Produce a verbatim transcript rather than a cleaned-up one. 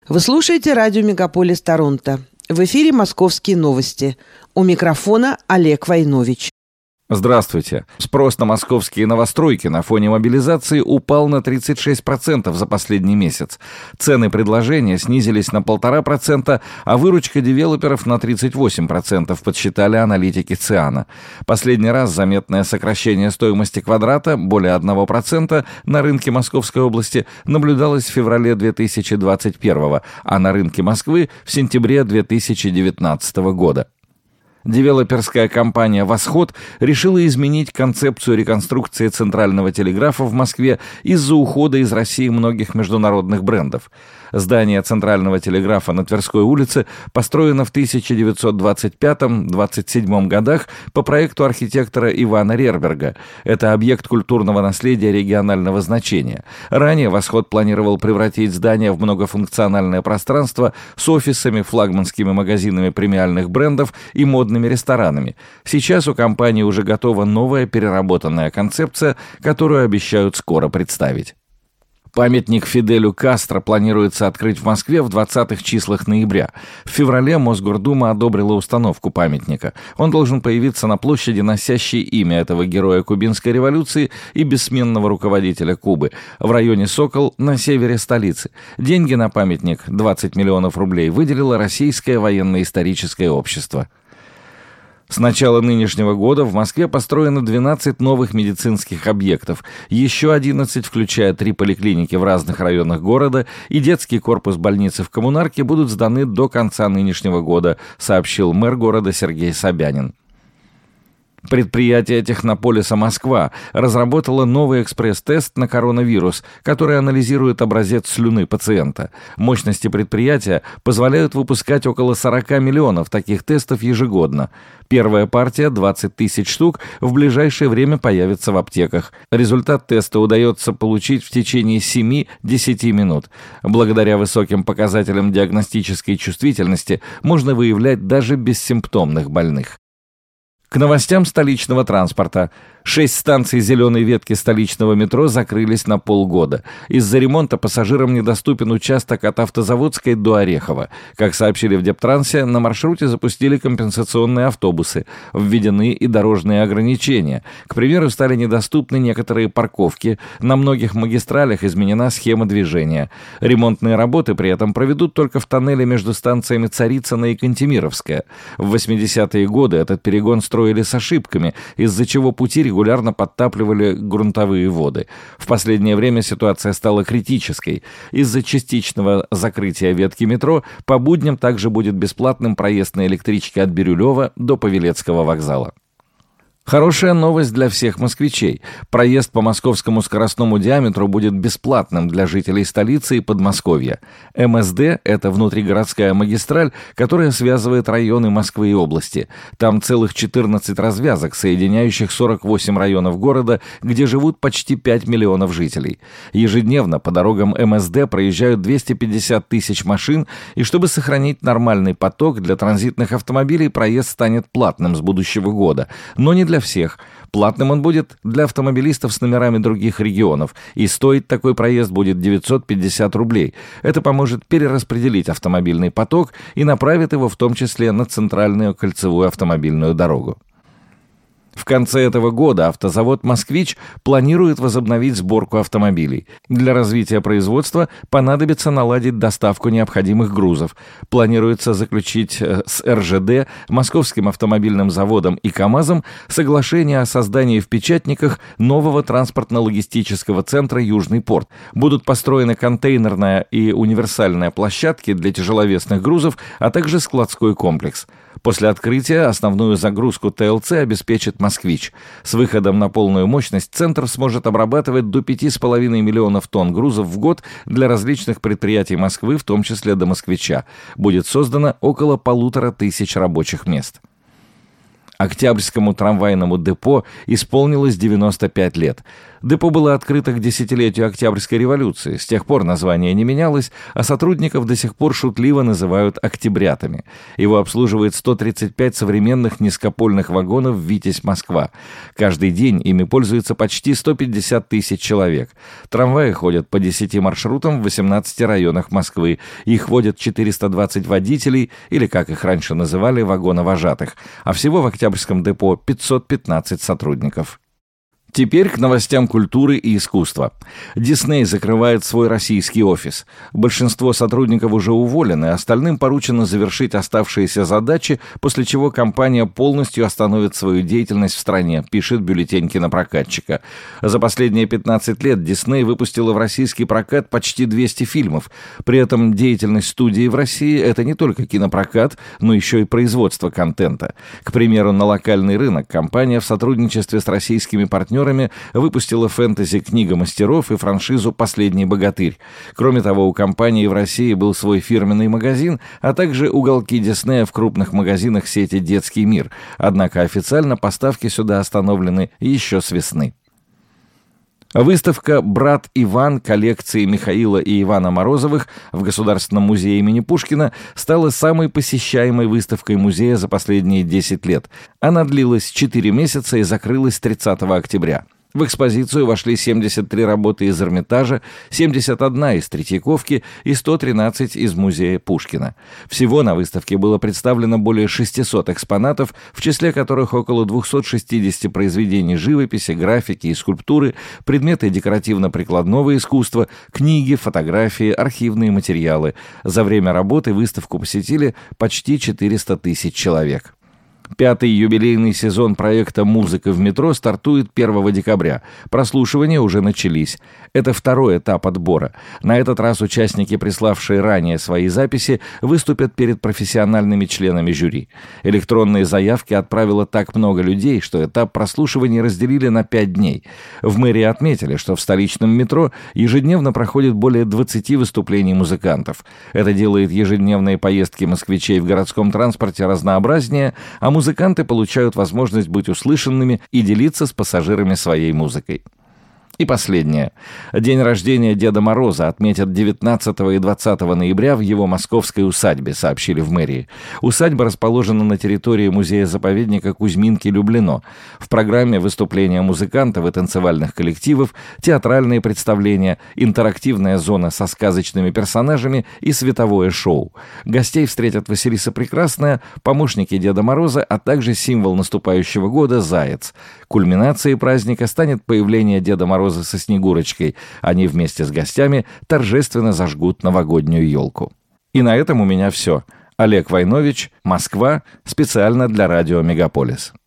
Вы слушаете радио «Мегаполис Торонто». В эфире «Московские новости». У микрофона Олег Войнович. Здравствуйте. Спрос на московские новостройки на фоне мобилизации упал на тридцать шесть процентов за последний месяц. Цены предложения снизились на полтора процента, а выручка девелоперов на тридцать восемь процентов, подсчитали аналитики ЦИАНа. Последний раз заметное сокращение стоимости квадрата, более одного процента, на рынке Московской области наблюдалось в феврале две тысячи двадцать первого, а на рынке Москвы в сентябре две тысячи девятнадцатого года. Девелоперская компания «Восход» решила изменить концепцию реконструкции центрального телеграфа в Москве из-за ухода из России многих международных брендов. Здание центрального телеграфа на Тверской улице построено в тысяча девятьсот двадцать пятом — двадцать седьмом годах по проекту архитектора Ивана Рерберга. Это объект культурного наследия регионального значения. Ранее «Восход» планировал превратить здание в многофункциональное пространство с офисами, флагманскими магазинами премиальных брендов и модными ресторанами. Сейчас у компании уже готова новая переработанная концепция, которую обещают скоро представить. Памятник Фиделю Кастро планируется открыть в Москве в двадцатых числах ноября. В феврале Мосгордума одобрила установку памятника. Он должен появиться на площади, носящей имя этого героя кубинской революции и бессменного руководителя Кубы, в районе Сокол на севере столицы. Деньги на памятник, двадцать миллионов рублей, выделило Российское военно-историческое общество. С начала нынешнего года в Москве построено двенадцать новых медицинских объектов, еще одиннадцать, включая три поликлиники в разных районах города, и детский корпус больницы в Коммунарке будут сданы до конца нынешнего года, сообщил мэр города Сергей Собянин. Предприятие Технополиса Москва разработало новый экспресс-тест на коронавирус, который анализирует образец слюны пациента. Мощности предприятия позволяют выпускать около сорок миллионов таких тестов ежегодно. Первая партия, двадцать тысяч штук, в ближайшее время появится в аптеках. Результат теста удается получить в течение семи-десяти минут. Благодаря высоким показателям диагностической чувствительности можно выявлять даже бессимптомных больных. К новостям столичного транспорта. Шесть станций зеленой ветки столичного метро закрылись на полгода. Из-за ремонта пассажирам недоступен участок от Автозаводской до Орехова. Как сообщили в Дептрансе, на маршруте запустили компенсационные автобусы. Введены и дорожные ограничения. К примеру, стали недоступны некоторые парковки. На многих магистралях изменена схема движения. Ремонтные работы при этом проведут только в тоннеле между станциями Царицына и Кантемировская. В восьмидесятые годы этот перегон строили с ошибками, из-за чего пути регулярно подтапливали грунтовые воды. В последнее время ситуация стала критической. Из-за частичного закрытия ветки метро по будням также будет бесплатным проезд на электричке от Бирюлева до Павелецкого вокзала. Хорошая новость для всех москвичей. Проезд по московскому скоростному диаметру будет бесплатным для жителей столицы и Подмосковья. эм эс дэ – это внутригородская магистраль, которая связывает районы Москвы и области. Там целых четырнадцать развязок, соединяющих сорок восемь районов города, где живут почти пять миллионов жителей. Ежедневно по дорогам эм эс дэ проезжают двести пятьдесят тысяч машин, и чтобы сохранить нормальный поток, для транзитных автомобилей проезд станет платным с будущего года, но не для для всех. Платным он будет для автомобилистов с номерами других регионов, и стоить такой проезд будет девятьсот пятьдесят рублей. Это поможет перераспределить автомобильный поток и направит его в том числе на центральную кольцевую автомобильную дорогу. В конце этого года автозавод «Москвич» планирует возобновить сборку автомобилей. Для развития производства понадобится наладить доставку необходимых грузов. Планируется заключить с эр жэ дэ, Московским автомобильным заводом и КАМАЗом соглашение о создании в Печатниках нового транспортно-логистического центра «Южный порт». Будут построены контейнерная и универсальная площадки для тяжеловесных грузов, а также складской комплекс. После открытия основную загрузку тэ эл цэ обеспечит «Москвич». С выходом на полную мощность центр сможет обрабатывать до пяти с половиной миллионов тонн грузов в год для различных предприятий Москвы, в том числе до «Москвича». Будет создано около полутора тысяч рабочих мест. Октябрьскому трамвайному депо исполнилось девяносто пять лет. Депо было открыто к десятилетию Октябрьской революции. С тех пор название не менялось, а сотрудников до сих пор шутливо называют «октябрятами». Его обслуживает сто тридцать пять современных низкопольных вагонов «Витязь Москва». Каждый день ими пользуется почти сто пятьдесят тысяч человек. Трамваи ходят по десяти маршрутам в восемнадцати районах Москвы. Их водят четыреста двадцать водителей, или, как их раньше называли, вагоновожатых. А всего в Октябрьском депо пятьсот пятнадцать сотрудников. Теперь к новостям культуры и искусства. Дисней закрывает свой российский офис. Большинство сотрудников уже уволены, остальным поручено завершить оставшиеся задачи, после чего компания полностью остановит свою деятельность в стране, пишет бюллетень кинопрокатчика. За последние пятнадцать лет Дисней выпустила в российский прокат почти двести фильмов. При этом деятельность студии в России – это не только кинопрокат, но еще и производство контента. К примеру, на локальный рынок компания в сотрудничестве с российскими партнерами выпустила фэнтези «Книга мастеров» и франшизу «Последний богатырь». Кроме того, у компании в России был свой фирменный магазин, а также уголки Диснея в крупных магазинах сети «Детский мир». Однако официально поставки сюда остановлены еще с весны. Выставка «Брат Иван» коллекции Михаила и Ивана Морозовых в Государственном музее имени Пушкина стала самой посещаемой выставкой музея за последние десять лет. Она длилась четыре месяца и закрылась тридцатого октября. В экспозицию вошли семьдесят три работы из Эрмитажа, семьдесят одна из Третьяковки и сто тринадцать из музея Пушкина. Всего на выставке было представлено более шестисот экспонатов, в числе которых около двухсот шестидесяти произведений живописи, графики и скульптуры, предметы декоративно-прикладного искусства, книги, фотографии, архивные материалы. За время работы выставку посетили почти четыреста тысяч человек. Пятый юбилейный сезон проекта «Музыка в метро» стартует первого декабря. Прослушивания уже начались. Это второй этап отбора. На этот раз участники, приславшие ранее свои записи, выступят перед профессиональными членами жюри. Электронные заявки отправило так много людей, что этап прослушивания разделили на пять дней. В мэрии отметили, что в столичном метро ежедневно проходит более двадцати выступлений музыкантов. Это делает ежедневные поездки москвичей в городском транспорте разнообразнее, а музыканты получают возможность быть услышанными и делиться с пассажирами своей музыкой. И последнее. День рождения Деда Мороза отметят девятнадцатого и двадцатого ноября в его московской усадьбе, сообщили в мэрии. Усадьба расположена на территории музея-заповедника Кузьминки-Люблино. В программе выступления музыкантов и танцевальных коллективов, театральные представления, интерактивная зона со сказочными персонажами и световое шоу. Гостей встретят Василиса Прекрасная, помощники Деда Мороза, а также символ наступающего года – Заяц. Кульминацией праздника станет появление Деда Мороза со Снегурочкой. Они вместе с гостями торжественно зажгут новогоднюю елку. И на этом у меня все. Олег Войнович, Москва, специально для радио «Мегаполис».